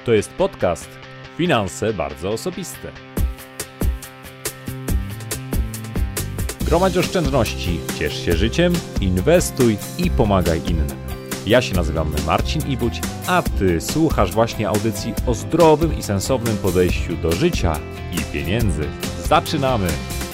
To jest podcast Finanse bardzo osobiste. Gromadź oszczędności, ciesz się życiem, inwestuj i pomagaj innym. Ja się nazywam Marcin Ibuć, a Ty słuchasz właśnie audycji o zdrowym i sensownym podejściu do życia i pieniędzy. Zaczynamy!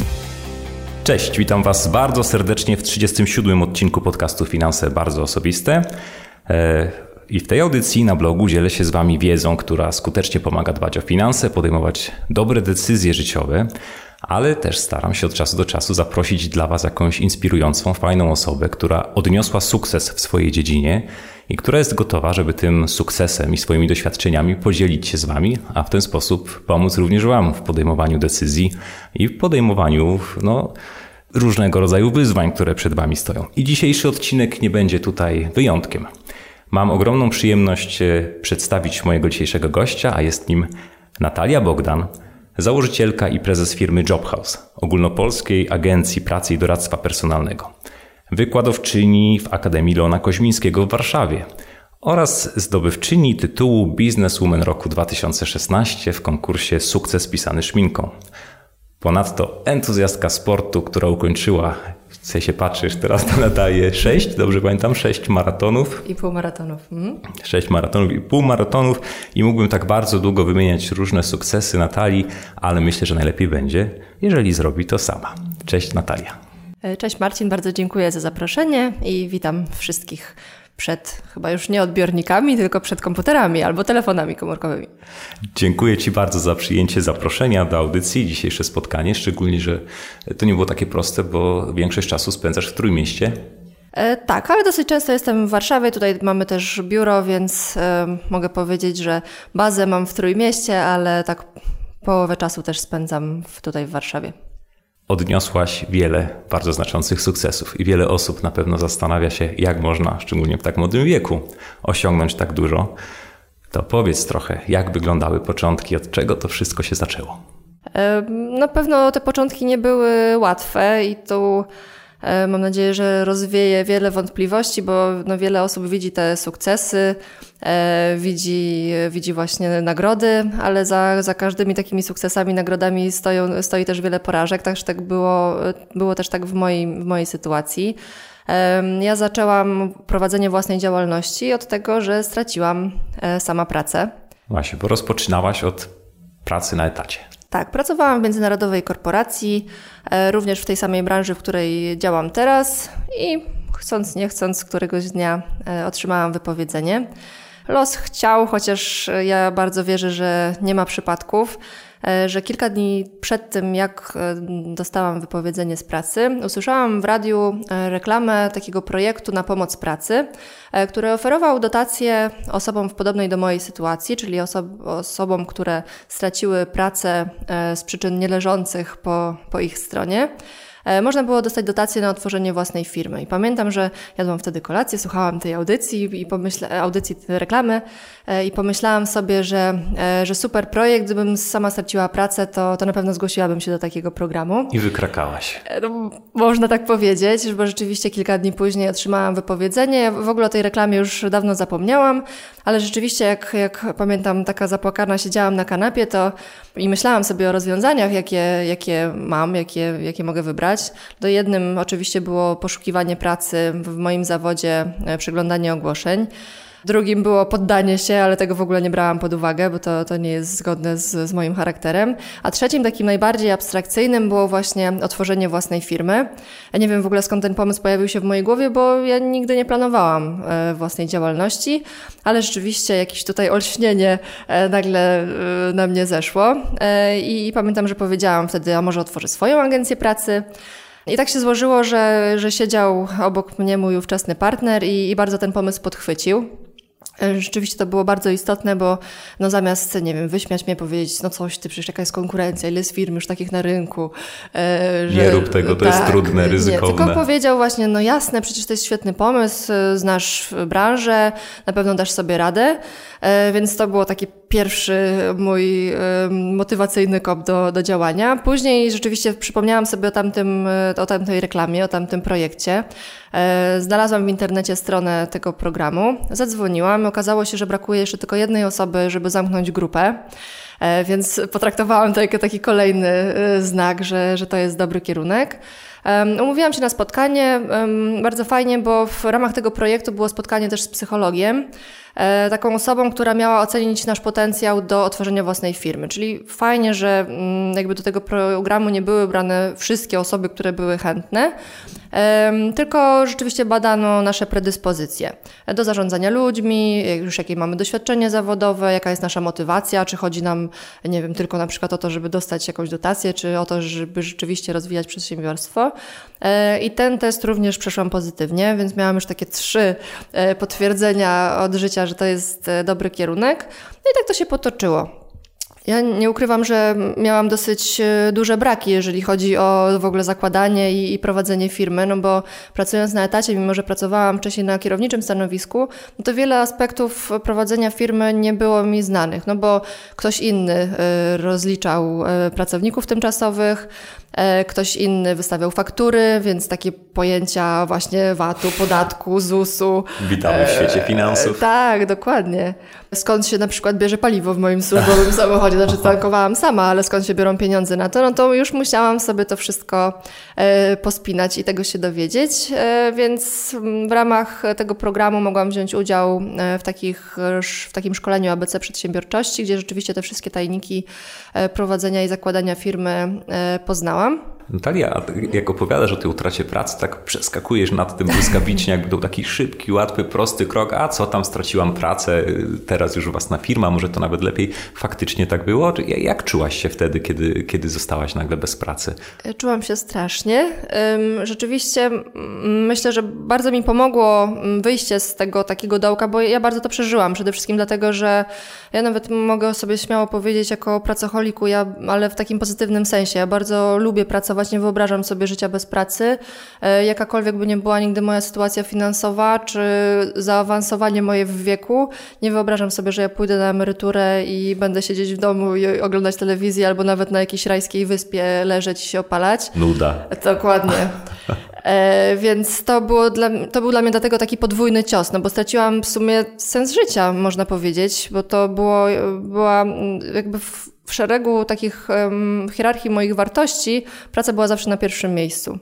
Cześć, witam Was bardzo serdecznie w 37. odcinku podcastu Finanse bardzo osobiste. I w tej audycji na blogu dzielę się z Wami wiedzą, która skutecznie pomaga dbać o finanse, podejmować dobre decyzje życiowe, ale też staram się od czasu do czasu zaprosić dla Was jakąś inspirującą, fajną osobę, która odniosła sukces w swojej dziedzinie i która jest gotowa, żeby tym sukcesem i swoimi doświadczeniami podzielić się z Wami, a w ten sposób pomóc również Wam w podejmowaniu decyzji i w podejmowaniu różnego rodzaju wyzwań, które przed Wami stoją. I dzisiejszy odcinek nie będzie tutaj wyjątkiem. Mam ogromną przyjemność przedstawić mojego dzisiejszego gościa, a jest nim Natalia Bogdan, założycielka i prezes firmy Jobhouse, ogólnopolskiej agencji pracy i doradztwa personalnego, wykładowczyni w Akademii Leona Koźmińskiego w Warszawie oraz zdobywczyni tytułu Bizneswoman roku 2016 w konkursie Sukces pisany szminką. Ponadto entuzjastka sportu, która ukończyła, w się patrzysz teraz na Natalię, 6 maratonów. I półmaratonów. 6 maratonów i półmaratonów i mógłbym tak bardzo długo wymieniać różne sukcesy Natalii, ale myślę, że najlepiej będzie, jeżeli zrobi to sama. Cześć Natalia. Cześć Marcin, bardzo dziękuję za zaproszenie i witam wszystkich przed chyba już nie odbiornikami, tylko przed komputerami albo telefonami komórkowymi. Dziękuję Ci bardzo za przyjęcie zaproszenia do audycji, dzisiejsze spotkanie, szczególnie, że to nie było takie proste, bo większość czasu spędzasz w Trójmieście. Tak, ale dosyć często jestem w Warszawie, tutaj mamy też biuro, więc mogę powiedzieć, że bazę mam w Trójmieście, ale tak połowę czasu też spędzam tutaj w Warszawie. Odniosłaś wiele bardzo znaczących sukcesów i wiele osób na pewno zastanawia się, jak można, szczególnie w tak młodym wieku, osiągnąć tak dużo. To powiedz trochę, jak wyglądały początki, od czego to wszystko się zaczęło? Na pewno te początki nie były łatwe i tu mam nadzieję, że rozwieję wiele wątpliwości, bo wiele osób widzi te sukcesy, widzi właśnie nagrody, ale za każdymi takimi sukcesami, nagrodami stoi też wiele porażek, także tak było też tak w mojej sytuacji. Ja zaczęłam prowadzenie własnej działalności od tego, że straciłam sama pracę. Właśnie, bo rozpoczynałaś od pracy na etacie. Tak, pracowałam w międzynarodowej korporacji, również w tej samej branży, w której działam teraz i chcąc nie chcąc któregoś dnia otrzymałam wypowiedzenie. Los chciał, chociaż ja bardzo wierzę, że nie ma przypadków, że kilka dni przed tym, jak dostałam wypowiedzenie z pracy, usłyszałam w radiu reklamę takiego projektu na pomoc pracy, który oferował dotacje osobom w podobnej do mojej sytuacji, czyli osobom, które straciły pracę z przyczyn nieleżących po ich stronie. Można było dostać dotację na otworzenie własnej firmy. I pamiętam, że jadłam wtedy kolację, słuchałam tej audycji tej reklamy i pomyślałam sobie, że super projekt, gdybym sama straciła pracę, to na pewno zgłosiłabym się do takiego programu. I wykrakałaś. Można tak powiedzieć, bo rzeczywiście kilka dni później otrzymałam wypowiedzenie. Ja w ogóle o tej reklamie już dawno zapomniałam, ale rzeczywiście jak pamiętam, taka zapłakana siedziałam na kanapie i myślałam sobie o rozwiązaniach, jakie mam, jakie mogę wybrać. To jednym oczywiście było poszukiwanie pracy w moim zawodzie, przeglądanie ogłoszeń. Drugim było poddanie się, ale tego w ogóle nie brałam pod uwagę, bo to nie jest zgodne z moim charakterem. A trzecim, takim najbardziej abstrakcyjnym, było właśnie otworzenie własnej firmy. Ja nie wiem w ogóle, skąd ten pomysł pojawił się w mojej głowie, bo ja nigdy nie planowałam własnej działalności, ale rzeczywiście jakieś tutaj olśnienie nagle na mnie zeszło. I pamiętam, że powiedziałam wtedy, a może otworzę swoją agencję pracy. I tak się złożyło, że siedział obok mnie mój ówczesny partner i bardzo ten pomysł podchwycił. Rzeczywiście to było bardzo istotne, bo zamiast, wyśmiać mnie, powiedzieć, coś, ty przecież jaka jest konkurencja, ile jest firm już takich na rynku. Nie rób tego, to jest trudne, ryzykowne. Nie, tylko powiedział właśnie, jasne, przecież to jest świetny pomysł, znasz branżę, na pewno dasz sobie radę, więc to było taki pierwszy mój motywacyjny kop do działania. Później rzeczywiście przypomniałam sobie o tamtej reklamie, o tamtym projekcie. Znalazłam w internecie stronę tego programu, zadzwoniłam, firmy okazało się, że brakuje jeszcze tylko jednej osoby, żeby zamknąć grupę. Więc potraktowałam to jako taki kolejny znak, że to jest dobry kierunek. Umówiłam się na spotkanie, bardzo fajnie, bo w ramach tego projektu było spotkanie też z psychologiem, taką osobą, która miała ocenić nasz potencjał do otworzenia własnej firmy. Czyli fajnie, że jakby do tego programu nie były brane wszystkie osoby, które były chętne, tylko rzeczywiście badano nasze predyspozycje do zarządzania ludźmi, już jakie mamy doświadczenie zawodowe, jaka jest nasza motywacja, czy chodzi nam, nie wiem, tylko na przykład o to, żeby dostać jakąś dotację, czy o to, żeby rzeczywiście rozwijać przedsiębiorstwo. I ten test również przeszłam pozytywnie, więc miałam już takie 3 potwierdzenia od życia, że to jest dobry kierunek. No i tak to się potoczyło. Ja nie ukrywam, że miałam dosyć duże braki, jeżeli chodzi o w ogóle zakładanie i prowadzenie firmy, no bo pracując na etacie, mimo że pracowałam wcześniej na kierowniczym stanowisku, no to wiele aspektów prowadzenia firmy nie było mi znanych, no bo ktoś inny rozliczał pracowników tymczasowych, ktoś inny wystawiał faktury, więc takie pojęcia właśnie VAT-u, podatku, ZUS-u. Witamy w świecie finansów. Tak, dokładnie. Skąd się na przykład bierze paliwo w moim służbowym samochodzie, znaczy tankowałam sama, ale skąd się biorą pieniądze na to, no to już musiałam sobie to wszystko pospinać i tego się dowiedzieć, więc w ramach tego programu mogłam wziąć udział w takim szkoleniu ABC Przedsiębiorczości, gdzie rzeczywiście te wszystkie tajniki prowadzenia i zakładania firmy poznałam. Natalia, jak opowiadasz o tej utracie pracy, tak przeskakujesz nad tym błyskawicznie, jakby był taki szybki, łatwy, prosty krok, a co tam, straciłam pracę, teraz już własna firma, może to nawet lepiej. Faktycznie tak było? Jak czułaś się wtedy, kiedy zostałaś nagle bez pracy? Czułam się strasznie. Rzeczywiście myślę, że bardzo mi pomogło wyjście z tego takiego dołka, bo ja bardzo to przeżyłam. Przede wszystkim dlatego, że ja nawet mogę sobie śmiało powiedzieć jako pracoholiku, ale w takim pozytywnym sensie. Ja bardzo lubię pracować, nie wyobrażam sobie życia bez pracy. Jakakolwiek by nie była nigdy moja sytuacja finansowa, czy zaawansowanie moje w wieku, nie wyobrażam sobie, że ja pójdę na emeryturę i będę siedzieć w domu i oglądać telewizję, albo nawet na jakiejś rajskiej wyspie leżeć i się opalać. Nuda. Dokładnie. Więc to był dla mnie dlatego taki podwójny cios, no bo straciłam w sumie sens życia, można powiedzieć, bo to była jakby w szeregu takich hierarchii moich wartości praca była zawsze na pierwszym miejscu.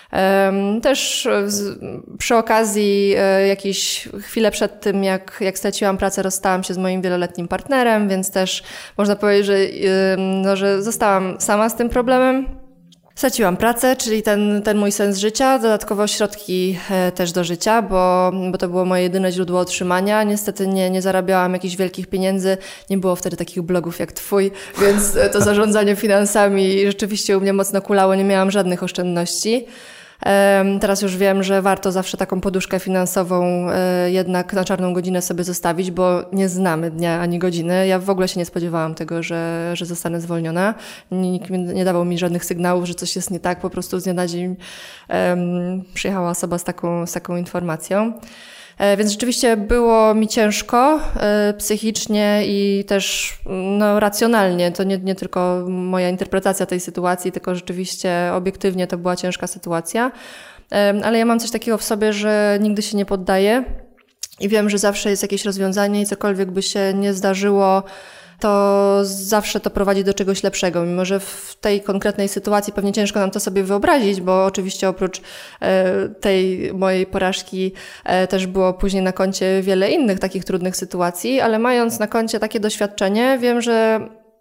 Też przy okazji jakieś chwilę przed tym, jak straciłam pracę, rozstałam się z moim wieloletnim partnerem, więc też można powiedzieć, że zostałam sama z tym problemem. Straciłam pracę, czyli ten mój sens życia, dodatkowo środki też do życia, bo to było moje jedyne źródło utrzymania. Niestety nie zarabiałam jakichś wielkich pieniędzy, nie było wtedy takich blogów jak twój, więc to zarządzanie finansami rzeczywiście u mnie mocno kulało, nie miałam żadnych oszczędności. Teraz już wiem, że warto zawsze taką poduszkę finansową jednak na czarną godzinę sobie zostawić, bo nie znamy dnia ani godziny. Ja w ogóle się nie spodziewałam tego, że zostanę zwolniona. Nikt nie dawał mi żadnych sygnałów, że coś jest nie tak. Po prostu z dnia na dzień przyjechała osoba z taką informacją. Więc rzeczywiście było mi ciężko psychicznie i też racjonalnie. To nie tylko moja interpretacja tej sytuacji, tylko rzeczywiście obiektywnie to była ciężka sytuacja. Ale ja mam coś takiego w sobie, że nigdy się nie poddaję i wiem, że zawsze jest jakieś rozwiązanie i cokolwiek by się nie zdarzyło, to zawsze to prowadzi do czegoś lepszego, mimo że w tej konkretnej sytuacji pewnie ciężko nam to sobie wyobrazić, bo oczywiście oprócz tej mojej porażki też było później na koncie wiele innych takich trudnych sytuacji, ale mając na koncie takie doświadczenie, wiem, że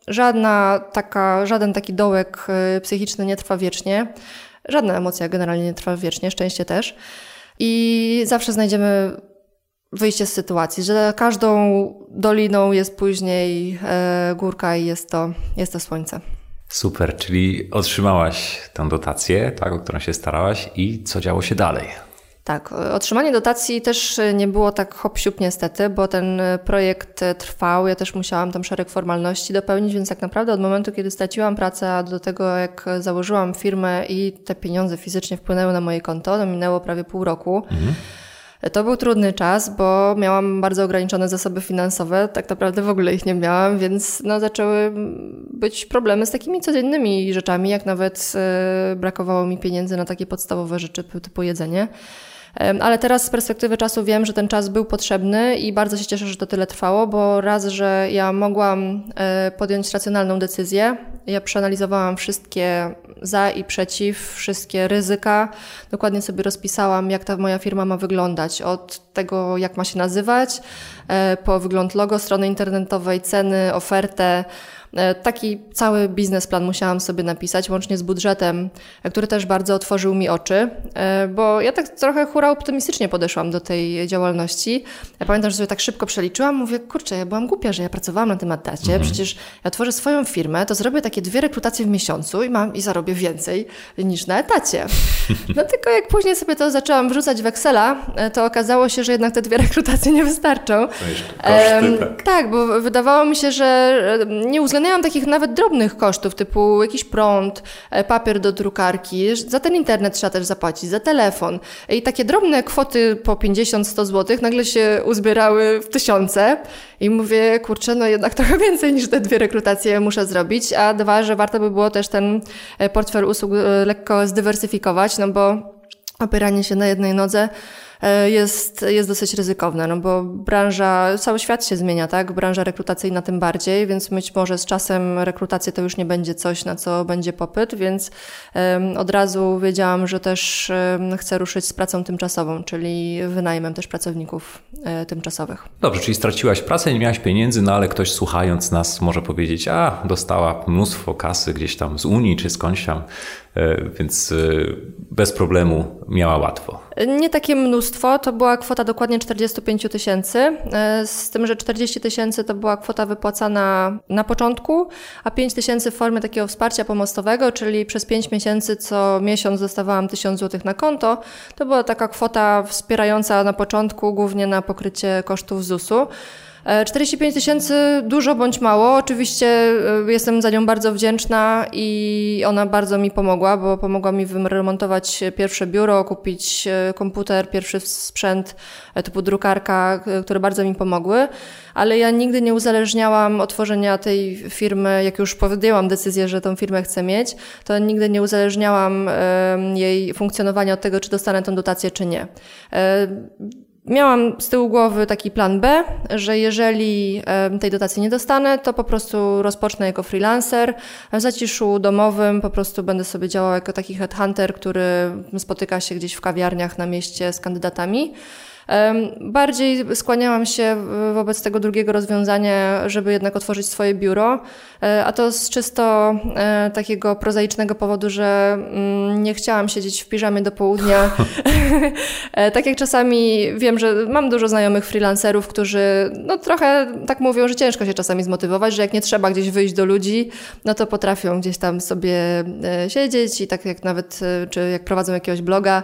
żaden taki dołek psychiczny nie trwa wiecznie, żadna emocja generalnie nie trwa wiecznie, szczęście też i zawsze znajdziemy wyjście z sytuacji, że za każdą doliną jest później górka i jest to słońce. Super, czyli otrzymałaś tę dotację, tak, o którą się starałaś i co działo się dalej? Tak, otrzymanie dotacji też nie było tak hop-siup niestety, bo ten projekt trwał, ja też musiałam tam szereg formalności dopełnić, więc tak naprawdę od momentu, kiedy straciłam pracę, a do tego jak założyłam firmę i te pieniądze fizycznie wpłynęły na moje konto, to minęło prawie pół roku. To był trudny czas, bo miałam bardzo ograniczone zasoby finansowe, tak naprawdę w ogóle ich nie miałam, więc zaczęły być problemy z takimi codziennymi rzeczami, jak nawet brakowało mi pieniędzy na takie podstawowe rzeczy typu jedzenie. Ale teraz z perspektywy czasu wiem, że ten czas był potrzebny i bardzo się cieszę, że to tyle trwało, bo raz, że ja mogłam podjąć racjonalną decyzję, ja przeanalizowałam wszystkie za i przeciw, wszystkie ryzyka, dokładnie sobie rozpisałam, jak ta moja firma ma wyglądać, od tego, jak ma się nazywać, po wygląd logo, strony internetowej, ceny, ofertę. Taki cały biznesplan musiałam sobie napisać, łącznie z budżetem, który też bardzo otworzył mi oczy, bo ja tak trochę hura optymistycznie podeszłam do tej działalności. Ja pamiętam, że sobie tak szybko przeliczyłam, mówię, kurczę, ja byłam głupia, że ja pracowałam na tym etacie, przecież ja tworzę swoją firmę, to zrobię takie 2 rekrutacje w miesiącu i zarobię więcej niż na etacie. No tylko jak później sobie to zaczęłam wrzucać w Excela, to okazało się, że jednak te 2 rekrutacje nie wystarczą. Koszty, tak, bo wydawało mi się, że nie uwzględniałam takich nawet drobnych kosztów, typu jakiś prąd, papier do drukarki, za ten internet trzeba też zapłacić, za telefon. I takie drobne kwoty po 50-100 zł nagle się uzbierały w tysiące i mówię, kurczę, no jednak trochę więcej niż te 2 rekrutacje muszę zrobić, a 2, że warto by było też ten portfel usług lekko zdywersyfikować, no bo opieranie się na jednej nodze jest dosyć ryzykowne, no bo branża, cały świat się zmienia, tak? Branża rekrutacyjna tym bardziej, więc być może z czasem rekrutacje to już nie będzie coś, na co będzie popyt, więc od razu wiedziałam, że też chcę ruszyć z pracą tymczasową, czyli wynajmem też pracowników tymczasowych. Dobrze, czyli straciłaś pracę, nie miałaś pieniędzy, no ale ktoś słuchając nas może powiedzieć, dostała mnóstwo kasy gdzieś tam z Unii czy skądś tam, więc bez problemu miała łatwo. Nie takie mnóstwo, to była kwota dokładnie 45 000, z tym, że 40 000 to była kwota wypłacana na początku, a 5 000 w formie takiego wsparcia pomostowego, czyli przez 5 miesięcy co miesiąc dostawałam 1000 zł na konto. To była taka kwota wspierająca na początku, głównie na pokrycie kosztów ZUS-u. 45 000 dużo bądź mało. Oczywiście jestem za nią bardzo wdzięczna i ona bardzo mi pomogła, bo pomogła mi wyremontować pierwsze biuro, kupić komputer, pierwszy sprzęt typu drukarka, które bardzo mi pomogły. Ale ja nigdy nie uzależniałam otworzenia tej firmy, jak już podjęłam decyzję, że tą firmę chcę mieć, to nigdy nie uzależniałam jej funkcjonowania od tego, czy dostanę tą dotację, czy nie. Miałam z tyłu głowy taki plan B, że jeżeli tej dotacji nie dostanę, to po prostu rozpocznę jako freelancer. W zaciszu domowym po prostu będę sobie działał jako taki headhunter, który spotyka się gdzieś w kawiarniach na mieście z kandydatami. Bardziej skłaniałam się wobec tego drugiego rozwiązania, żeby jednak otworzyć swoje biuro, a to z czysto takiego prozaicznego powodu, że nie chciałam siedzieć w piżamie do południa. Tak jak czasami wiem, że mam dużo znajomych freelancerów, którzy no trochę tak mówią, że ciężko się czasami zmotywować, że jak nie trzeba gdzieś wyjść do ludzi, no to potrafią gdzieś tam sobie siedzieć i tak jak nawet, czy jak prowadzą jakiegoś bloga,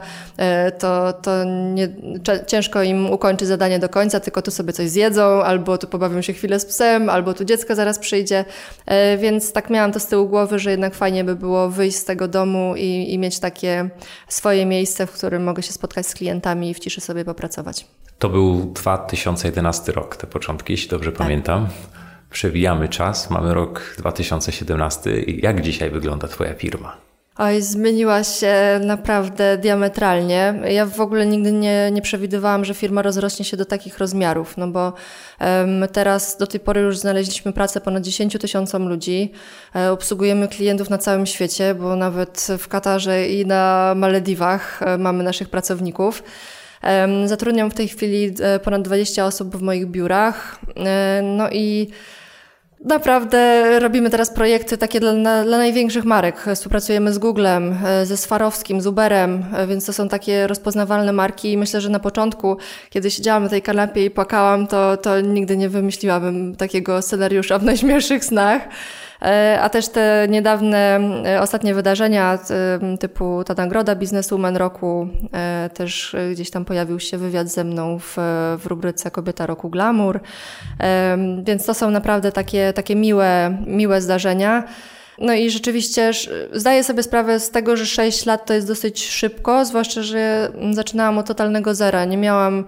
to nie, ciężko im ukończy zadanie do końca, tylko tu sobie coś zjedzą, albo tu pobawią się chwilę z psem, albo tu dziecko zaraz przyjdzie, więc tak miałam to z tyłu głowy, że jednak fajnie by było wyjść z tego domu i mieć takie swoje miejsce, w którym mogę się spotkać z klientami i w ciszy sobie popracować. To był 2011 rok, te początki, jeśli dobrze pamiętam. Przewijamy czas, mamy rok 2017. Jak dzisiaj wygląda Twoja firma? Oj, zmieniła się naprawdę diametralnie. Ja w ogóle nigdy nie przewidywałam, że firma rozrośnie się do takich rozmiarów, no bo teraz do tej pory już znaleźliśmy pracę ponad 10 000 ludzi. Obsługujemy klientów na całym świecie, bo nawet w Katarze i na Malediwach mamy naszych pracowników. Zatrudniam w tej chwili ponad 20 osób w moich biurach. No i naprawdę robimy teraz projekty takie dla największych marek. Współpracujemy z Googlem, ze Swarowskim, z Uberem, więc to są takie rozpoznawalne marki i myślę, że na początku, kiedy siedziałam na tej kanapie i płakałam, to nigdy nie wymyśliłabym takiego scenariusza w najśmielszych snach. A też te niedawne, ostatnie wydarzenia typu ta nagroda Businesswoman Roku, też gdzieś tam pojawił się wywiad ze mną w rubryce Kobieta Roku Glamour, więc to są naprawdę takie miłe zdarzenia. No i rzeczywiście zdaję sobie sprawę z tego, że 6 lat to jest dosyć szybko, zwłaszcza, że zaczynałam od totalnego zera. Nie miałam,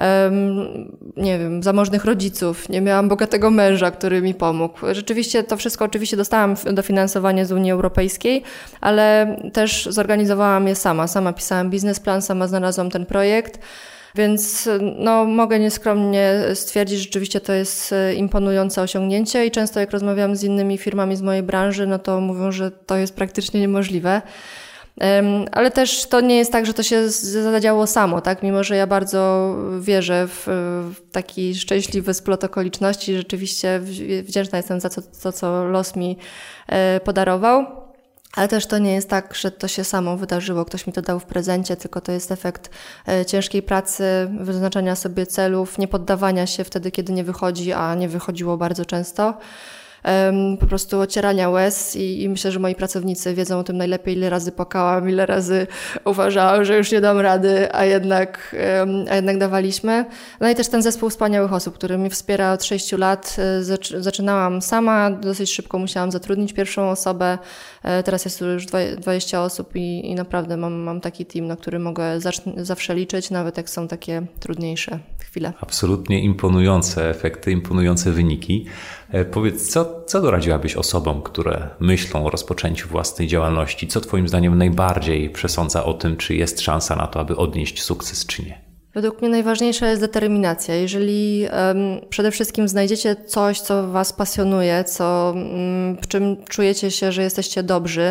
nie wiem, zamożnych rodziców, nie miałam bogatego męża, który mi pomógł. Rzeczywiście to wszystko oczywiście dostałam dofinansowanie z Unii Europejskiej, ale też zorganizowałam je sama. Sama pisałam biznesplan, sama znalazłam ten projekt. Więc no, mogę nieskromnie stwierdzić, że rzeczywiście to jest imponujące osiągnięcie i często jak rozmawiam z innymi firmami z mojej branży, no to mówią, że to jest praktycznie niemożliwe. Ale też to nie jest tak, że to się zadziało samo, tak? Mimo że ja bardzo wierzę w taki szczęśliwy splot okoliczności, rzeczywiście wdzięczna jestem za to, co los mi podarował. Ale też to nie jest tak, że to się samo wydarzyło, ktoś mi to dał w prezencie, tylko to jest efekt ciężkiej pracy, wyznaczania sobie celów, nie poddawania się wtedy, kiedy nie wychodzi, a nie wychodziło bardzo często. Po prostu ocierania łez i myślę, że moi pracownicy wiedzą o tym najlepiej, ile razy płakałam, ile razy uważałam, że już nie dam rady, a jednak dawaliśmy. No i też ten zespół wspaniałych osób, który mnie wspiera od 6 lat. Zaczynałam sama, dosyć szybko musiałam zatrudnić pierwszą osobę. Teraz jest tu już 20 osób i naprawdę mam taki team, na który mogę zawsze liczyć, nawet jak są takie trudniejsze chwile. Absolutnie imponujące efekty, imponujące wyniki. Powiedz, co doradziłabyś osobom, które myślą o rozpoczęciu własnej działalności? Co Twoim zdaniem najbardziej przesądza o tym, czy jest szansa na to, aby odnieść sukces, czy nie? Według mnie najważniejsza jest determinacja. Jeżeli przede wszystkim znajdziecie coś, co Was pasjonuje, w czym czujecie się, że jesteście dobrzy,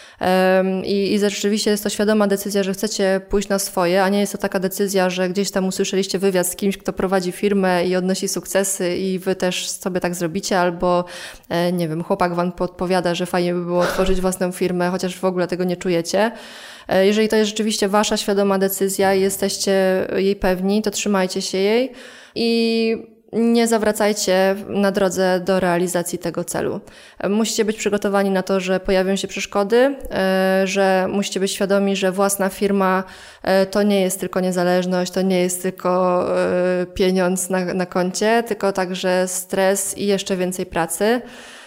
i rzeczywiście jest to świadoma decyzja, że chcecie pójść na swoje, a nie jest to taka decyzja, że gdzieś tam usłyszeliście wywiad z kimś, kto prowadzi firmę i odnosi sukcesy i wy też sobie tak zrobicie, albo nie wiem, chłopak wam podpowiada, że fajnie by było otworzyć własną firmę, chociaż w ogóle tego nie czujecie. Jeżeli to jest rzeczywiście wasza świadoma decyzja i jesteście jej pewni, to trzymajcie się jej i nie zawracajcie na drodze do realizacji tego celu. Musicie być przygotowani na to, że pojawią się przeszkody, że musicie być świadomi, że własna firma to nie jest tylko niezależność, to nie jest tylko pieniądz na koncie, tylko także stres i jeszcze więcej pracy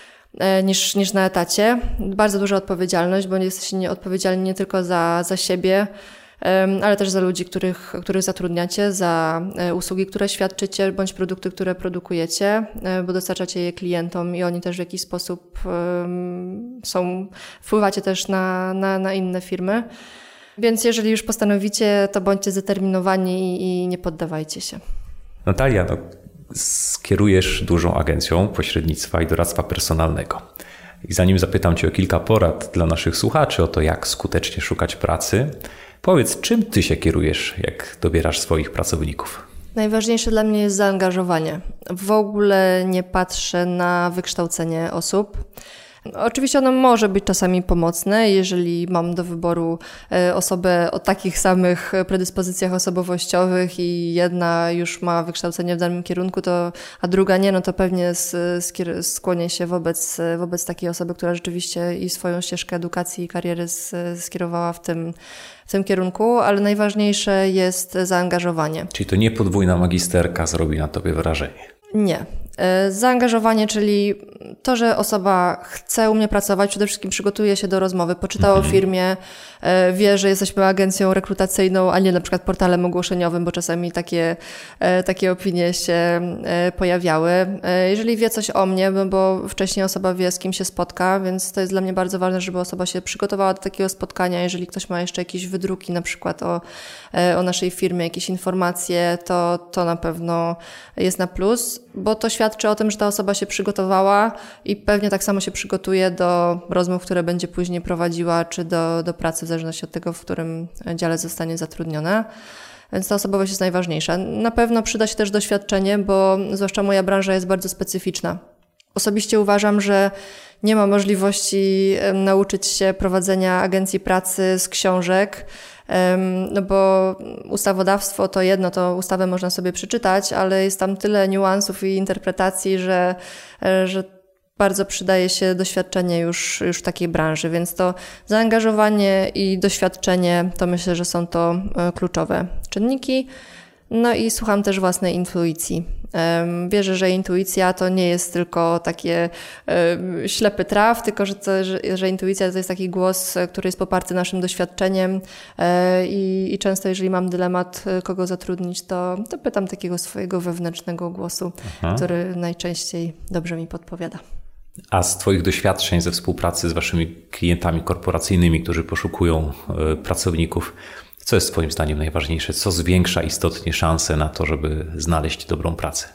niż na etacie. Bardzo duża odpowiedzialność, bo jesteście odpowiedzialni nie tylko za siebie, ale też za ludzi, których zatrudniacie, za usługi, które świadczycie, bądź produkty, które produkujecie, bo dostarczacie je klientom i oni też w jakiś sposób wpływacie też na inne firmy. Więc jeżeli już postanowicie, to bądźcie zdeterminowani i nie poddawajcie się. Natalia, kierujesz dużą agencją pośrednictwa i doradztwa personalnego. I zanim zapytam Cię o kilka porad dla naszych słuchaczy o to, jak skutecznie szukać pracy, powiedz, czym Ty się kierujesz, jak dobierasz swoich pracowników? Najważniejsze dla mnie jest zaangażowanie. W ogóle nie patrzę na wykształcenie osób. Oczywiście ono może być czasami pomocne, jeżeli mam do wyboru osobę o takich samych predyspozycjach osobowościowych i jedna już ma wykształcenie w danym kierunku, a druga nie, no to pewnie skłonię się wobec takiej osoby, która rzeczywiście i swoją ścieżkę edukacji i kariery skierowała w tym kierunku, ale najważniejsze jest zaangażowanie. Czyli to nie podwójna magisterka zrobi na Tobie wrażenie? Nie. Zaangażowanie, czyli to, że osoba chce u mnie pracować, przede wszystkim przygotuje się do rozmowy, poczytała o firmie, wie, że jesteśmy agencją rekrutacyjną, a nie na przykład portalem ogłoszeniowym, bo czasami takie opinie się pojawiały. Jeżeli wie coś o mnie, bo wcześniej osoba wie, z kim się spotka, więc to jest dla mnie bardzo ważne, żeby osoba się przygotowała do takiego spotkania. Jeżeli ktoś ma jeszcze jakieś wydruki, na przykład o naszej firmie, jakieś informacje, to na pewno jest na plus, bo to świadczy o tym, że ta osoba się przygotowała i pewnie tak samo się przygotuje do rozmów, które będzie później prowadziła, czy do pracy, w zależności od tego, w którym dziale zostanie zatrudniona. Więc ta osobowość jest najważniejsza. Na pewno przyda się też doświadczenie, bo zwłaszcza moja branża jest bardzo specyficzna. Osobiście uważam, że nie ma możliwości nauczyć się prowadzenia agencji pracy z książek, no bo ustawodawstwo to jedno, to ustawę można sobie przeczytać, ale jest tam tyle niuansów i interpretacji, że bardzo przydaje się doświadczenie już w takiej branży, więc to zaangażowanie i doświadczenie to myślę, że są to kluczowe czynniki. No i słucham też własnej intuicji. Wierzę, że intuicja to nie jest tylko takie ślepy traf, tylko że intuicja to jest taki głos, który jest poparty naszym doświadczeniem i często jeżeli mam dylemat, kogo zatrudnić, to pytam takiego swojego wewnętrznego głosu, który najczęściej dobrze mi podpowiada. A z Twoich doświadczeń ze współpracy z Waszymi klientami korporacyjnymi, którzy poszukują pracowników, co jest Twoim zdaniem najważniejsze? Co zwiększa istotnie szanse na to, żeby znaleźć dobrą pracę?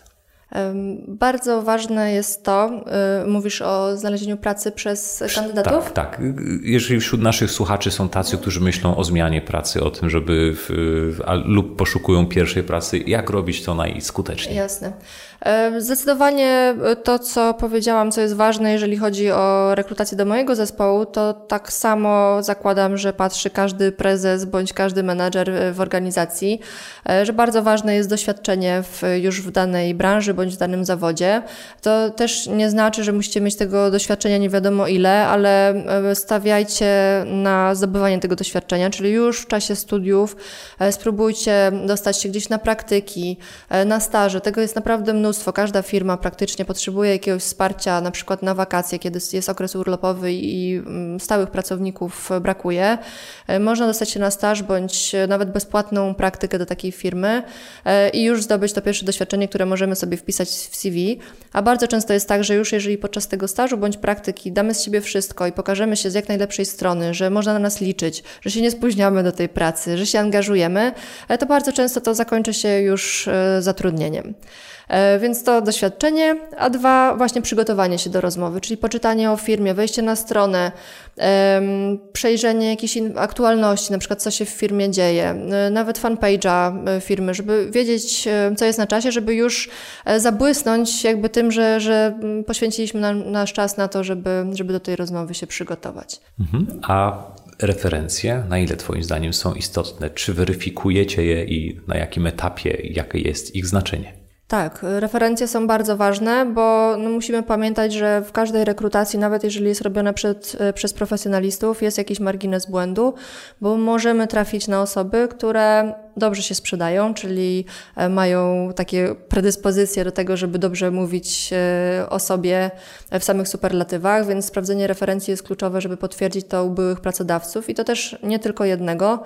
Bardzo ważne jest to, mówisz o znalezieniu pracy przez kandydatów? Tak. Jeżeli wśród naszych słuchaczy są tacy, którzy myślą o zmianie pracy, o tym, żeby lub poszukują pierwszej pracy, jak robić to najskuteczniej? Jasne. Zdecydowanie to, co powiedziałam, co jest ważne, jeżeli chodzi o rekrutację do mojego zespołu, to tak samo zakładam, że patrzy każdy prezes bądź każdy menadżer w organizacji, że bardzo ważne jest doświadczenie już w danej branży bądź w danym zawodzie. To też nie znaczy, że musicie mieć tego doświadczenia nie wiadomo ile, ale stawiajcie na zdobywanie tego doświadczenia, czyli już w czasie studiów spróbujcie dostać się gdzieś na praktyki, na staże. Tego jest naprawdę mnóstwo. Każda firma praktycznie potrzebuje jakiegoś wsparcia, na przykład na wakacje, kiedy jest okres urlopowy i stałych pracowników brakuje. Można dostać się na staż bądź nawet bezpłatną praktykę do takiej firmy i już zdobyć to pierwsze doświadczenie, które możemy sobie wpisać w CV. A bardzo często jest tak, że już jeżeli podczas tego stażu bądź praktyki damy z siebie wszystko i pokażemy się z jak najlepszej strony, że można na nas liczyć, że się nie spóźniamy do tej pracy, że się angażujemy, to bardzo często to zakończy się już zatrudnieniem. Więc to doświadczenie, a dwa właśnie przygotowanie się do rozmowy, czyli poczytanie o firmie, wejście na stronę, przejrzenie jakichś aktualności, na przykład co się w firmie dzieje, nawet fanpage'a firmy, żeby wiedzieć, co jest na czasie, żeby już zabłysnąć jakby tym, że poświęciliśmy nasz czas na to, żeby do tej rozmowy się przygotować. A referencje, na ile Twoim zdaniem są istotne? Czy weryfikujecie je i na jakim etapie, jakie jest ich znaczenie? Tak, referencje są bardzo ważne, bo musimy pamiętać, że w każdej rekrutacji, nawet jeżeli jest robiona przez profesjonalistów, jest jakiś margines błędu, bo możemy trafić na osoby, które dobrze się sprzedają, czyli mają takie predyspozycje do tego, żeby dobrze mówić o sobie w samych superlatywach, więc sprawdzenie referencji jest kluczowe, żeby potwierdzić to u byłych pracodawców i to też nie tylko jednego.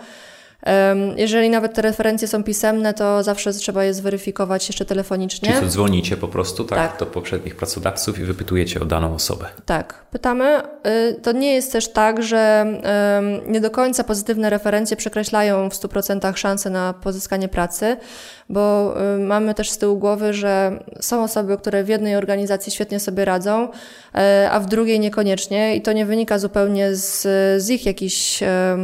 Jeżeli nawet te referencje są pisemne, to zawsze trzeba je zweryfikować jeszcze telefonicznie. Czyli co, dzwonicie po prostu tak do poprzednich pracodawców i wypytujecie o daną osobę? Tak, pytamy. To nie jest też tak, że nie do końca pozytywne referencje przekreślają w 100% szanse na pozyskanie pracy, bo mamy też z tyłu głowy, że są osoby, które w jednej organizacji świetnie sobie radzą, a w drugiej niekoniecznie i to nie wynika zupełnie z ich jakichś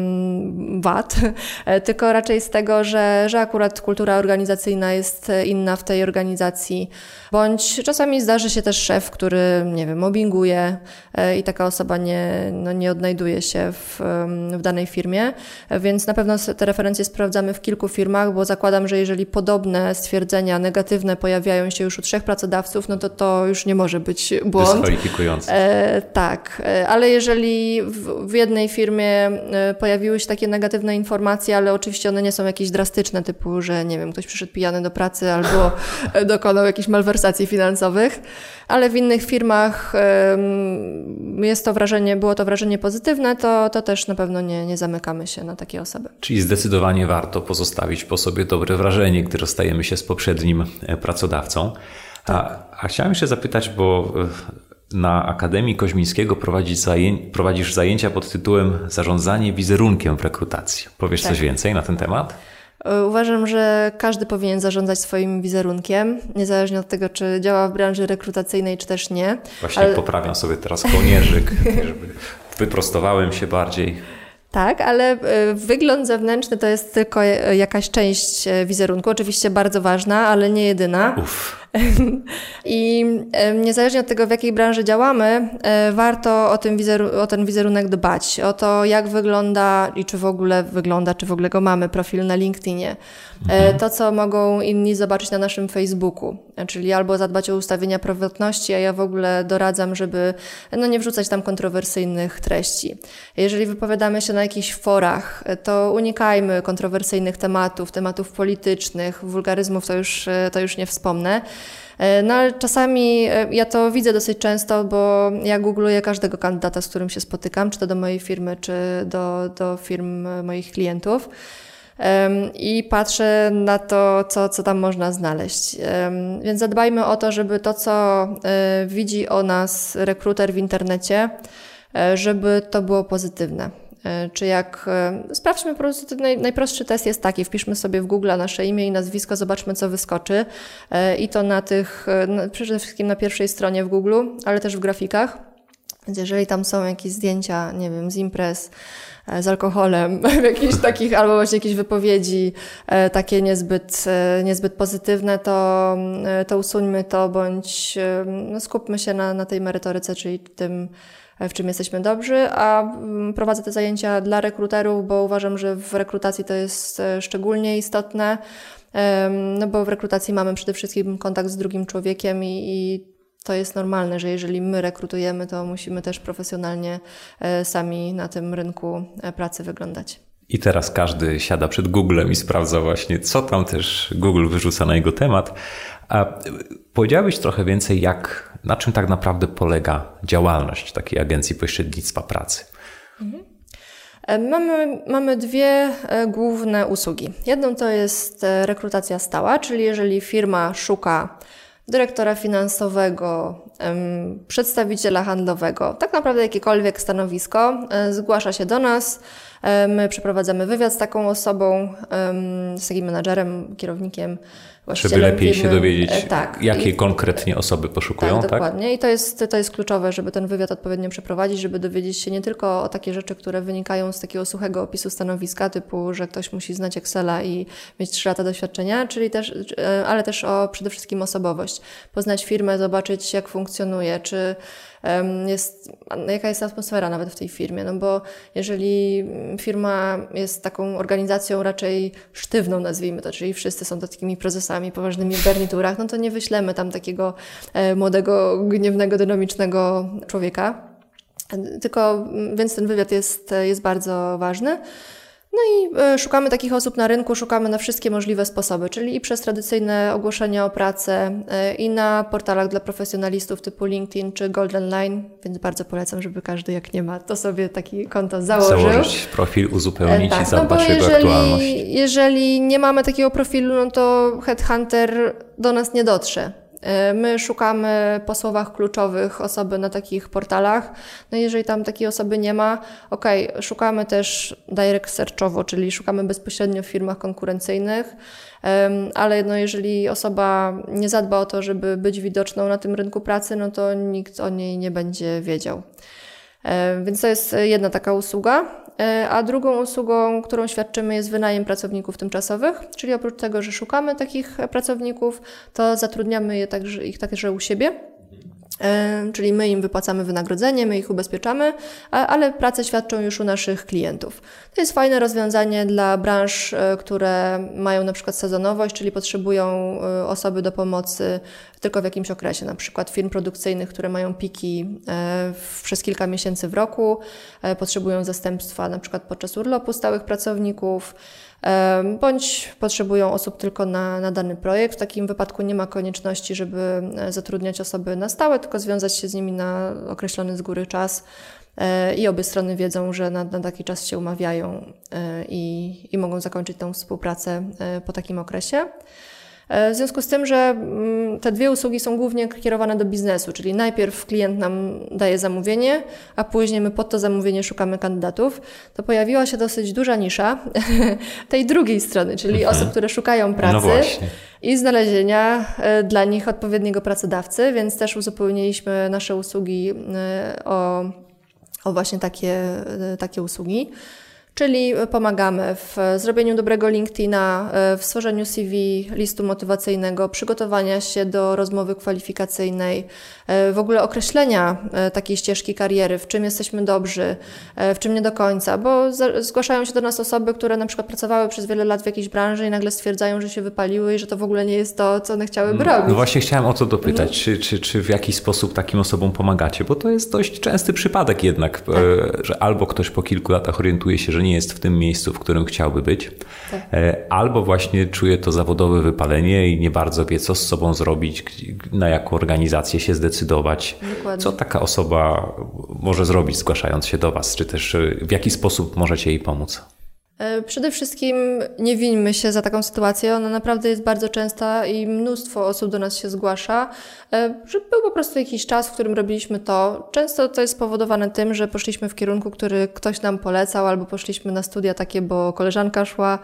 wad, tylko raczej z tego, że akurat kultura organizacyjna jest inna w tej organizacji, bądź czasami zdarzy się też szef, który, nie wiem, mobbinguje i taka osoba nie odnajduje się w danej firmie, więc na pewno te referencje sprawdzamy w kilku firmach, bo zakładam, że jeżeli podobne stwierdzenia negatywne pojawiają się już u 3 pracodawców, no to już nie może być błąd. Dyskwalifikujący. Tak, ale jeżeli w jednej firmie pojawiły się takie negatywne informacje, ale oczywiście one nie są jakieś drastyczne, typu, że nie wiem, ktoś przyszedł pijany do pracy albo dokonał jakichś malwersacji finansowych, ale w innych firmach było to wrażenie pozytywne, to też na pewno nie zamykamy się na takie osoby. Czyli zdecydowanie warto pozostawić po sobie dobre wrażenie, gdy rozstajemy się z poprzednim pracodawcą. Tak. A chciałem jeszcze zapytać, bo na Akademii Koźmińskiego prowadzisz zajęcia pod tytułem Zarządzanie wizerunkiem w rekrutacji. Powiesz coś więcej na ten temat? Uważam, że każdy powinien zarządzać swoim wizerunkiem, niezależnie od tego, czy działa w branży rekrutacyjnej, czy też nie. Właśnie poprawiam sobie teraz kołnierzyk, żeby wyprostowałem się bardziej. Tak, ale wygląd zewnętrzny to jest tylko jakaś część wizerunku, oczywiście bardzo ważna, ale nie jedyna. I niezależnie od tego, w jakiej branży działamy, warto o ten wizerunek dbać, o to, jak wygląda i czy w ogóle wygląda, czy w ogóle go mamy, profil na LinkedInie. To, co mogą inni zobaczyć na naszym Facebooku, czyli albo zadbać o ustawienia prywatności, a ja w ogóle doradzam, żeby nie wrzucać tam kontrowersyjnych treści. Jeżeli wypowiadamy się na jakichś forach, to unikajmy kontrowersyjnych tematów politycznych, wulgaryzmów to już nie wspomnę. No ale czasami ja to widzę dosyć często, bo ja googluję każdego kandydata, z którym się spotykam, czy to do mojej firmy, czy do firm moich klientów. I patrzę na to, co tam można znaleźć. Więc zadbajmy o to, żeby to, co widzi o nas rekruter w internecie, żeby to było pozytywne. Czy sprawdźmy po prostu, najprostszy test jest taki, wpiszmy sobie w Google nasze imię i nazwisko, zobaczmy, co wyskoczy. I to przede wszystkim na pierwszej stronie w Google, ale też w grafikach. Więc jeżeli tam są jakieś zdjęcia, nie wiem, z imprez, z alkoholem, jakichś takich, albo właśnie jakieś wypowiedzi takie niezbyt pozytywne, to usuńmy to, bądź skupmy się na tej merytoryce, czyli tym, w czym jesteśmy dobrzy, a prowadzę te zajęcia dla rekruterów, bo uważam, że w rekrutacji to jest szczególnie istotne, bo w rekrutacji mamy przede wszystkim kontakt z drugim człowiekiem i to jest normalne, że jeżeli my rekrutujemy, to musimy też profesjonalnie sami na tym rynku pracy wyglądać. I teraz każdy siada przed Googlem i sprawdza właśnie, co tam też Google wyrzuca na jego temat. A powiedziałbyś trochę więcej, na czym tak naprawdę polega działalność takiej agencji pośrednictwa pracy? Mamy dwie główne usługi. Jedną to jest rekrutacja stała, czyli jeżeli firma szuka dyrektora finansowego, przedstawiciela handlowego, tak naprawdę jakiekolwiek stanowisko, zgłasza się do nas. My przeprowadzamy wywiad z taką osobą, z takim menadżerem, kierownikiem, żeby lepiej firmy się dowiedzieć, jakie konkretnie osoby poszukują. Tak, dokładnie. I to jest kluczowe, żeby ten wywiad odpowiednio przeprowadzić, żeby dowiedzieć się nie tylko o takie rzeczy, które wynikają z takiego suchego opisu stanowiska, typu, że ktoś musi znać Excela i mieć 3 lata doświadczenia, ale też przede wszystkim osobowość. Poznać firmę, zobaczyć, jak funkcjonuje, jaka jest atmosfera nawet w tej firmie, no bo jeżeli firma jest taką organizacją raczej sztywną, nazwijmy to, czyli wszyscy są takimi prezesami, poważnymi w garniturach, no to nie wyślemy tam takiego młodego, gniewnego, dynamicznego człowieka. Więc ten wywiad jest bardzo ważny. No i szukamy takich osób na rynku, szukamy na wszystkie możliwe sposoby, czyli i przez tradycyjne ogłoszenia o pracę, i na portalach dla profesjonalistów typu LinkedIn czy Golden Line, więc bardzo polecam, żeby każdy, jak nie ma, to sobie taki konto założyć profil, uzupełnić i zadbać o jego aktualność. Jeżeli nie mamy takiego profilu, no to headhunter do nas nie dotrze. My szukamy po słowach kluczowych osoby na takich portalach. No jeżeli tam takiej osoby nie ma, szukamy też direct searchowo, czyli szukamy bezpośrednio w firmach konkurencyjnych, ale jeżeli osoba nie zadba o to, żeby być widoczną na tym rynku pracy, no to nikt o niej nie będzie wiedział. Więc to jest jedna taka usługa. A drugą usługą, którą świadczymy, jest wynajem pracowników tymczasowych, czyli oprócz tego, że szukamy takich pracowników, to zatrudniamy ich także u siebie. Czyli my im wypłacamy wynagrodzenie, my ich ubezpieczamy, ale pracę świadczą już u naszych klientów. To jest fajne rozwiązanie dla branż, które mają na przykład sezonowość, czyli potrzebują osoby do pomocy tylko w jakimś okresie, na przykład firm produkcyjnych, które mają piki przez kilka miesięcy w roku, potrzebują zastępstwa na przykład podczas urlopu stałych pracowników, bądź potrzebują osób tylko na dany projekt. W takim wypadku nie ma konieczności, żeby zatrudniać osoby na stałe, tylko związać się z nimi na określony z góry czas i obie strony wiedzą, że na taki czas się umawiają i mogą zakończyć tą współpracę po takim okresie. W związku z tym, że te dwie usługi są głównie kierowane do biznesu, czyli najpierw klient nam daje zamówienie, a później my pod to zamówienie szukamy kandydatów, to pojawiła się dosyć duża nisza tej drugiej strony, czyli osób, które szukają pracy i znalezienia dla nich odpowiedniego pracodawcy, więc też uzupełniliśmy nasze usługi o właśnie takie usługi. Czyli pomagamy w zrobieniu dobrego LinkedIna, w stworzeniu CV, listu motywacyjnego, przygotowania się do rozmowy kwalifikacyjnej, w ogóle określenia takiej ścieżki kariery, w czym jesteśmy dobrzy, w czym nie do końca, bo zgłaszają się do nas osoby, które na przykład pracowały przez wiele lat w jakiejś branży i nagle stwierdzają, że się wypaliły i że to w w ogóle nie jest to, co one chciałyby robić. No właśnie chciałem o to dopytać, czy w jakiś sposób takim osobom pomagacie, bo to jest dość częsty przypadek jednak, tak. Że albo ktoś po kilku latach orientuje się, że nie jest w tym miejscu, w którym chciałby być, tak. Albo właśnie czuje to zawodowe wypalenie i nie bardzo wie, co z sobą zrobić, na jaką organizację się zdecydować. Dokładnie. Co taka osoba może zrobić, zgłaszając się do Was, czy też w jaki sposób możecie jej pomóc? Przede wszystkim nie wińmy się za taką sytuację, ona naprawdę jest bardzo częsta i mnóstwo osób do nas się zgłasza, że był po prostu jakiś czas, w którym robiliśmy to. Często to jest spowodowane tym, że poszliśmy w kierunku, który ktoś nam polecał, albo poszliśmy na studia takie, bo koleżanka szła,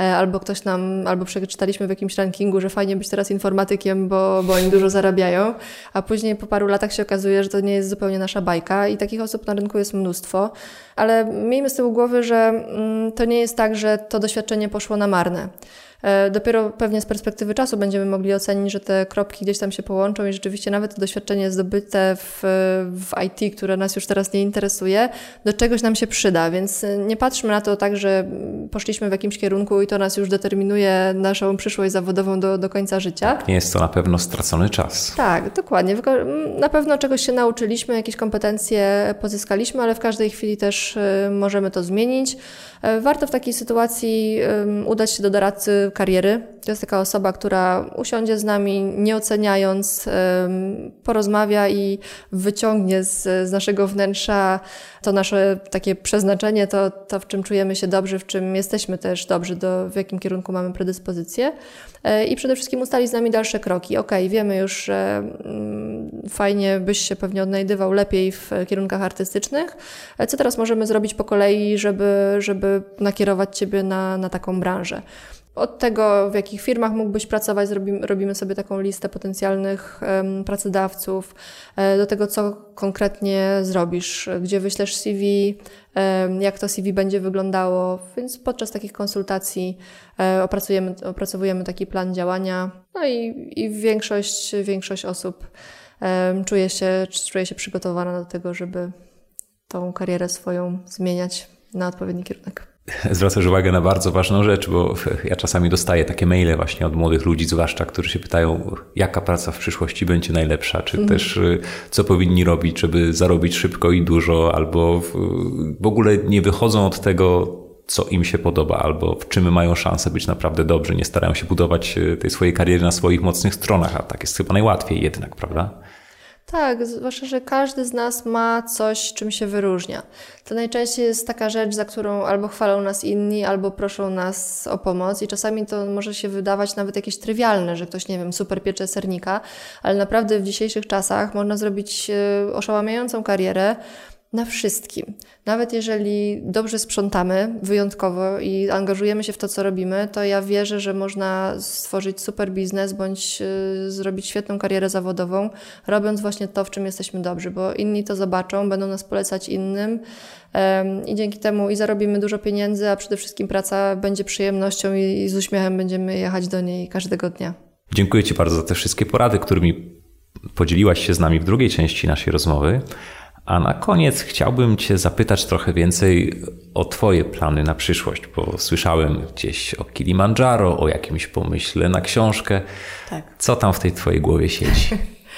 albo przeczytaliśmy w jakimś rankingu, że fajnie być teraz informatykiem, bo oni dużo zarabiają, a później po paru latach się okazuje, że to nie jest zupełnie nasza bajka i takich osób na rynku jest mnóstwo, ale miejmy z tyłu głowy, że to nie jest tak, że to doświadczenie poszło na marne. Dopiero pewnie z perspektywy czasu będziemy mogli ocenić, że te kropki gdzieś tam się połączą i rzeczywiście nawet to doświadczenie zdobyte w IT, które nas już teraz nie interesuje, do czegoś nam się przyda, więc nie patrzmy na to tak, że poszliśmy w jakimś kierunku i to nas już determinuje naszą przyszłość zawodową do końca życia. Nie jest to na pewno stracony czas. Tak, dokładnie. Na pewno czegoś się nauczyliśmy, jakieś kompetencje pozyskaliśmy, ale w każdej chwili też możemy to zmienić. Warto w takiej sytuacji udać się do doradcy kariery. To jest taka osoba, która usiądzie z nami, nie oceniając, porozmawia i wyciągnie z naszego wnętrza to nasze takie przeznaczenie, to w czym czujemy się dobrzy, w czym jesteśmy też dobrzy, w jakim kierunku mamy predyspozycję. I przede wszystkim ustali z nami dalsze kroki. Wiemy już, że fajnie byś się pewnie odnajdywał lepiej w kierunkach artystycznych. Co teraz możemy zrobić po kolei, żeby nakierować Ciebie na taką branżę? Od tego, w jakich firmach mógłbyś pracować, robimy sobie taką listę potencjalnych pracodawców, do tego, co konkretnie zrobisz, gdzie wyślesz CV, jak to CV będzie wyglądało, więc podczas takich konsultacji opracowujemy taki plan działania, no i większość osób czuje się przygotowana do tego, żeby tą karierę swoją zmieniać na odpowiedni kierunek. Zwracasz uwagę na bardzo ważną rzecz, bo ja czasami dostaję takie maile właśnie od młodych ludzi, zwłaszcza, którzy się pytają, jaka praca w przyszłości będzie najlepsza, czy też co powinni robić, żeby zarobić szybko i dużo, albo w ogóle nie wychodzą od tego, co im się podoba, albo w czym mają szansę być naprawdę dobrzy, nie starają się budować tej swojej kariery na swoich mocnych stronach, a tak jest chyba najłatwiej jednak, prawda? Tak, zwłaszcza, że każdy z nas ma coś, czym się wyróżnia. To najczęściej jest taka rzecz, za którą albo chwalą nas inni, albo proszą nas o pomoc i czasami to może się wydawać nawet jakieś trywialne, że ktoś, nie wiem, super piecze sernika, ale naprawdę w dzisiejszych czasach można zrobić oszałamiającą karierę na wszystkim. Nawet jeżeli dobrze sprzątamy wyjątkowo i angażujemy się w to, co robimy, to ja wierzę, że można stworzyć super biznes bądź zrobić świetną karierę zawodową, robiąc właśnie to, w czym jesteśmy dobrzy, bo inni to zobaczą, będą nas polecać innym i dzięki temu i zarobimy dużo pieniędzy, a przede wszystkim praca będzie przyjemnością i z uśmiechem będziemy jechać do niej każdego dnia. Dziękuję Ci bardzo za te wszystkie porady, którymi podzieliłaś się z nami w drugiej części naszej rozmowy. A na koniec chciałbym Cię zapytać trochę więcej o Twoje plany na przyszłość, bo słyszałem gdzieś o Kilimandżaro, o jakimś pomyśle na książkę. Tak. Co tam w tej Twojej głowie siedzi?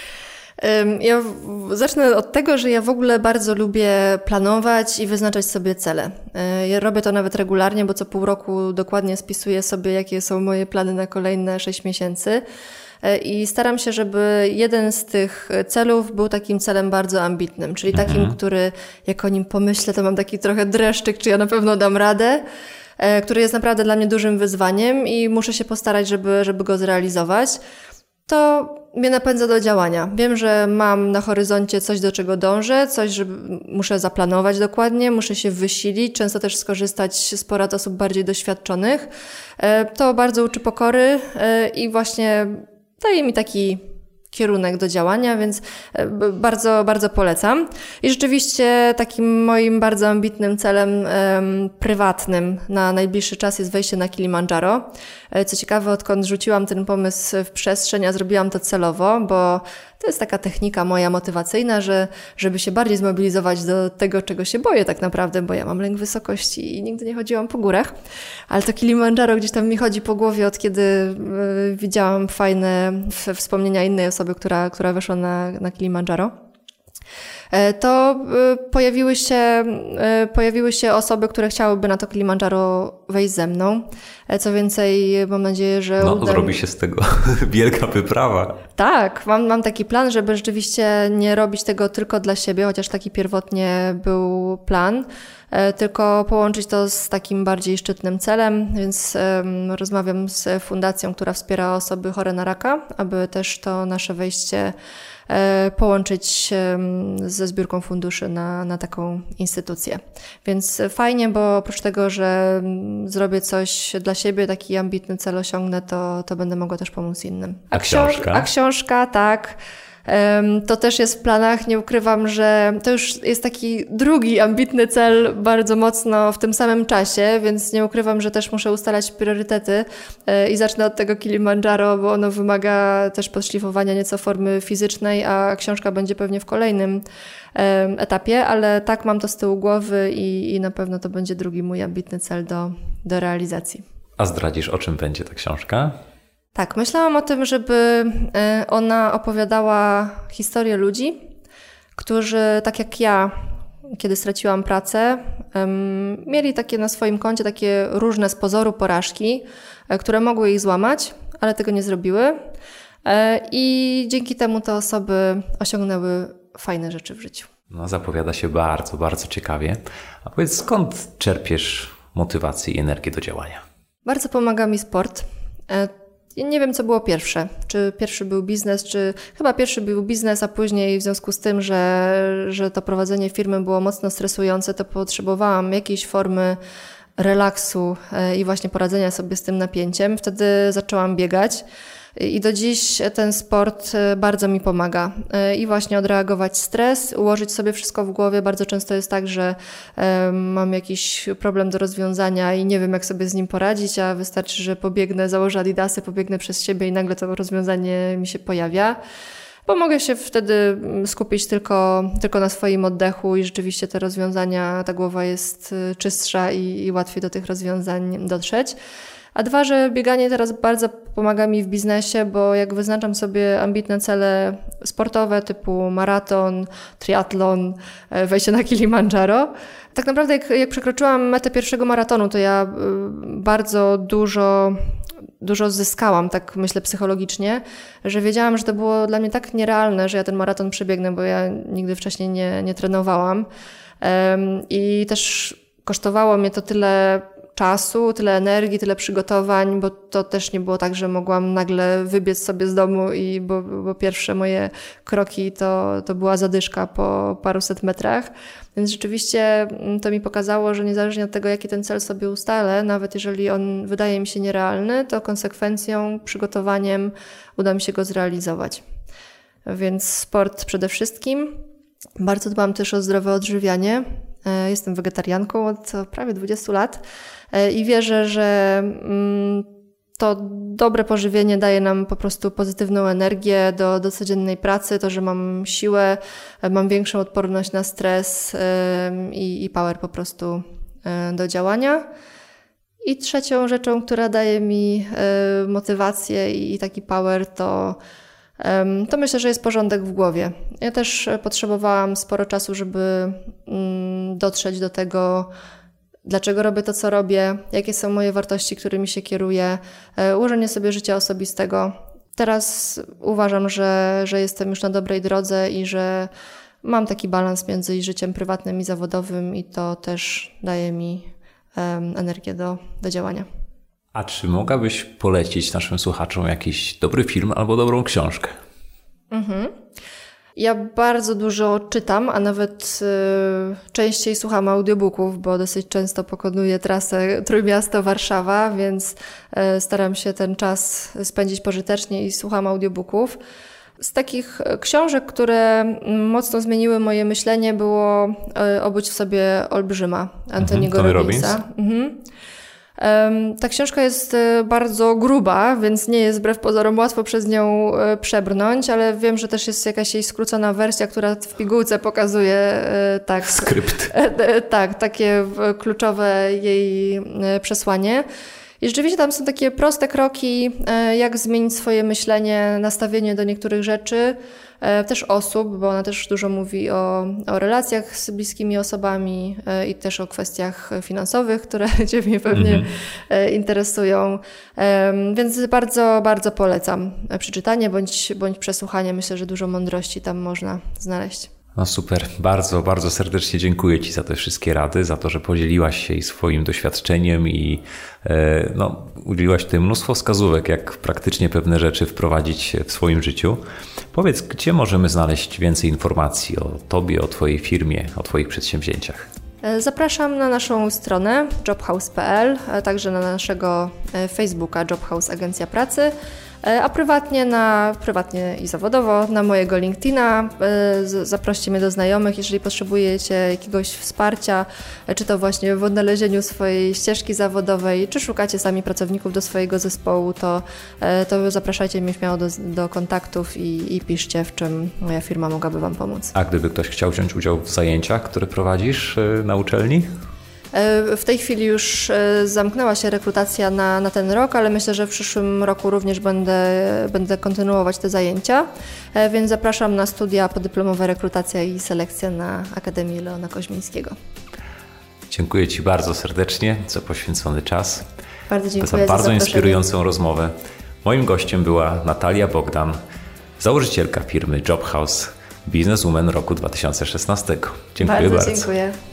Ja zacznę od tego, że ja w ogóle bardzo lubię planować i wyznaczać sobie cele. Ja robię to nawet regularnie, bo co pół roku dokładnie spisuję sobie, jakie są moje plany na kolejne 6 miesięcy. I staram się, żeby jeden z tych celów był takim celem bardzo ambitnym, czyli takim, który jak o nim pomyślę, to mam taki trochę dreszczyk, czy ja na pewno dam radę, który jest naprawdę dla mnie dużym wyzwaniem i muszę się postarać, żeby go zrealizować. To mnie napędza do działania. Wiem, że mam na horyzoncie coś, do czego dążę, coś, że muszę zaplanować dokładnie, muszę się wysilić, często też skorzystać z porad osób bardziej doświadczonych. To bardzo uczy pokory i właśnie daje mi taki kierunek do działania, więc bardzo, bardzo polecam. I rzeczywiście takim moim bardzo ambitnym celem prywatnym na najbliższy czas jest wejście na Kilimandżaro. Co ciekawe, odkąd rzuciłam ten pomysł w przestrzeń, a zrobiłam to celowo, bo to jest taka technika moja motywacyjna, żeby się bardziej zmobilizować do tego, czego się boję tak naprawdę, bo ja mam lęk wysokości i nigdy nie chodziłam po górach. Ale to Kilimandżaro gdzieś tam mi chodzi po głowie, od kiedy widziałam fajne wspomnienia innej osoby, która weszła na Kilimandżaro. To pojawiły się osoby, które chciałyby na to Kilimandżaro wejść ze mną. Co więcej, mam nadzieję, że zrobi się z tego wielka wyprawa. Tak, mam taki plan, żeby rzeczywiście nie robić tego tylko dla siebie, chociaż taki pierwotnie był plan, tylko połączyć to z takim bardziej szczytnym celem, więc rozmawiam z fundacją, która wspiera osoby chore na raka, aby też to nasze wejście połączyć ze zbiórką funduszy na taką instytucję. Więc fajnie, bo oprócz tego, że zrobię coś dla siebie, taki ambitny cel osiągnę, to będę mogła też pomóc innym. A książka? A książka, tak. To też jest w planach. Nie ukrywam, że to już jest taki drugi ambitny cel bardzo mocno w tym samym czasie, więc nie ukrywam, że też muszę ustalać priorytety i zacznę od tego Kilimandżaro, bo ono wymaga też podszlifowania nieco formy fizycznej, a książka będzie pewnie w kolejnym etapie, ale tak, mam to z tyłu głowy i na pewno to będzie drugi mój ambitny cel do realizacji. A zdradzisz, o czym będzie ta książka? Tak, myślałam o tym, żeby ona opowiadała historię ludzi, którzy, tak jak ja, kiedy straciłam pracę, mieli takie na swoim koncie takie różne z pozoru porażki, które mogły ich złamać, ale tego nie zrobiły. I dzięki temu te osoby osiągnęły fajne rzeczy w życiu. No, zapowiada się bardzo, bardzo ciekawie. A powiedz, skąd czerpiesz motywację i energię do działania? Bardzo pomaga mi sport. Nie wiem, co było pierwsze. Czy pierwszy był biznes, czy chyba pierwszy był biznes, a później w związku z tym, że to prowadzenie firmy było mocno stresujące, to potrzebowałam jakiejś formy relaksu i właśnie poradzenia sobie z tym napięciem. Wtedy zaczęłam biegać i do dziś ten sport bardzo mi pomaga. I właśnie odreagować stres, ułożyć sobie wszystko w głowie. Bardzo często jest tak, że mam jakiś problem do rozwiązania i nie wiem, jak sobie z nim poradzić, a wystarczy, że pobiegnę, założę adidasy, pobiegnę przez siebie i nagle to rozwiązanie mi się pojawia. Bo mogę się wtedy skupić tylko na swoim oddechu i rzeczywiście te rozwiązania, ta głowa jest czystsza i łatwiej do tych rozwiązań dotrzeć. A dwa, że bieganie teraz bardzo pomaga mi w biznesie, bo jak wyznaczam sobie ambitne cele sportowe typu maraton, triatlon, wejście na Kilimandżaro, tak naprawdę jak przekroczyłam metę pierwszego maratonu, to ja bardzo dużo zyskałam, tak myślę psychologicznie, że wiedziałam, że to było dla mnie tak nierealne, że ja ten maraton przebiegnę, bo ja nigdy wcześniej nie trenowałam. I też kosztowało mnie to tyle czasu, tyle energii, tyle przygotowań, bo to też nie było tak, że mogłam nagle wybiec sobie z domu, bo pierwsze moje kroki to była zadyszka po paruset metrach. Więc rzeczywiście to mi pokazało, że niezależnie od tego, jaki ten cel sobie ustalę, nawet jeżeli on wydaje mi się nierealny, to konsekwencją, przygotowaniem uda mi się go zrealizować. Więc sport przede wszystkim. Bardzo dbam też o zdrowe odżywianie. Jestem wegetarianką od prawie 20 lat i wierzę, że to dobre pożywienie daje nam po prostu pozytywną energię do codziennej pracy, to, że mam siłę, mam większą odporność na stres i power po prostu do działania. I trzecią rzeczą, która daje mi motywację i taki power, to myślę, że jest porządek w głowie. Ja też potrzebowałam sporo czasu, żeby dotrzeć do tego, dlaczego robię to, co robię, jakie są moje wartości, którymi się kieruję, ułożenie sobie życia osobistego. Teraz uważam, że jestem już na dobrej drodze i że mam taki balans między życiem prywatnym i zawodowym i to też daje mi energię do działania. A czy mogłabyś polecić naszym słuchaczom jakiś dobry film albo dobrą książkę? Ja bardzo dużo czytam, a nawet częściej słucham audiobooków, bo dosyć często pokonuję trasę Trójmiasto-Warszawa, więc staram się ten czas spędzić pożytecznie i słucham audiobooków. Z takich książek, które mocno zmieniły moje myślenie, było Obudź w sobie olbrzyma Antoniego Robbinsa. Ta książka jest bardzo gruba, więc nie jest wbrew pozorom łatwo przez nią przebrnąć, ale wiem, że też jest jakaś jej skrócona wersja, która w pigułce pokazuje skrypt. Takie kluczowe jej przesłanie. I rzeczywiście tam są takie proste kroki, jak zmienić swoje myślenie, nastawienie do niektórych rzeczy, też osób, bo ona też dużo mówi o relacjach z bliskimi osobami i też o kwestiach finansowych, które Ciebie pewnie interesują. Więc bardzo, bardzo polecam przeczytanie bądź przesłuchanie. Myślę, że dużo mądrości tam można znaleźć. No super, bardzo, bardzo serdecznie dziękuję Ci za te wszystkie rady, za to, że podzieliłaś się swoim doświadczeniem i udzieliłaś tutaj mnóstwo wskazówek, jak praktycznie pewne rzeczy wprowadzić w swoim życiu. Powiedz, gdzie możemy znaleźć więcej informacji o Tobie, o Twojej firmie, o Twoich przedsięwzięciach? Zapraszam na naszą stronę jobhouse.pl, także na naszego Facebooka Jobhouse Agencja Pracy, a prywatnie i zawodowo na mojego LinkedIna. Zaproście mnie do znajomych, jeżeli potrzebujecie jakiegoś wsparcia, czy to właśnie w odnalezieniu swojej ścieżki zawodowej, czy szukacie sami pracowników do swojego zespołu, to zapraszajcie mnie śmiało do kontaktów i piszcie, w czym moja firma mogłaby Wam pomóc. A gdyby ktoś chciał wziąć udział w zajęciach, które prowadzisz na uczelni? W tej chwili już zamknęła się rekrutacja na ten rok, ale myślę, że w przyszłym roku również będę kontynuować te zajęcia, więc zapraszam na studia podyplomowe rekrutacja i selekcja na Akademii Leona Koźmińskiego. Dziękuję Ci bardzo serdecznie za poświęcony czas. Bardzo dziękuję za bardzo inspirującą rozmowę. Moim gościem była Natalia Bogdan, założycielka firmy Jobhouse, bizneswoman roku 2016. Dziękuję bardzo. Dziękuję.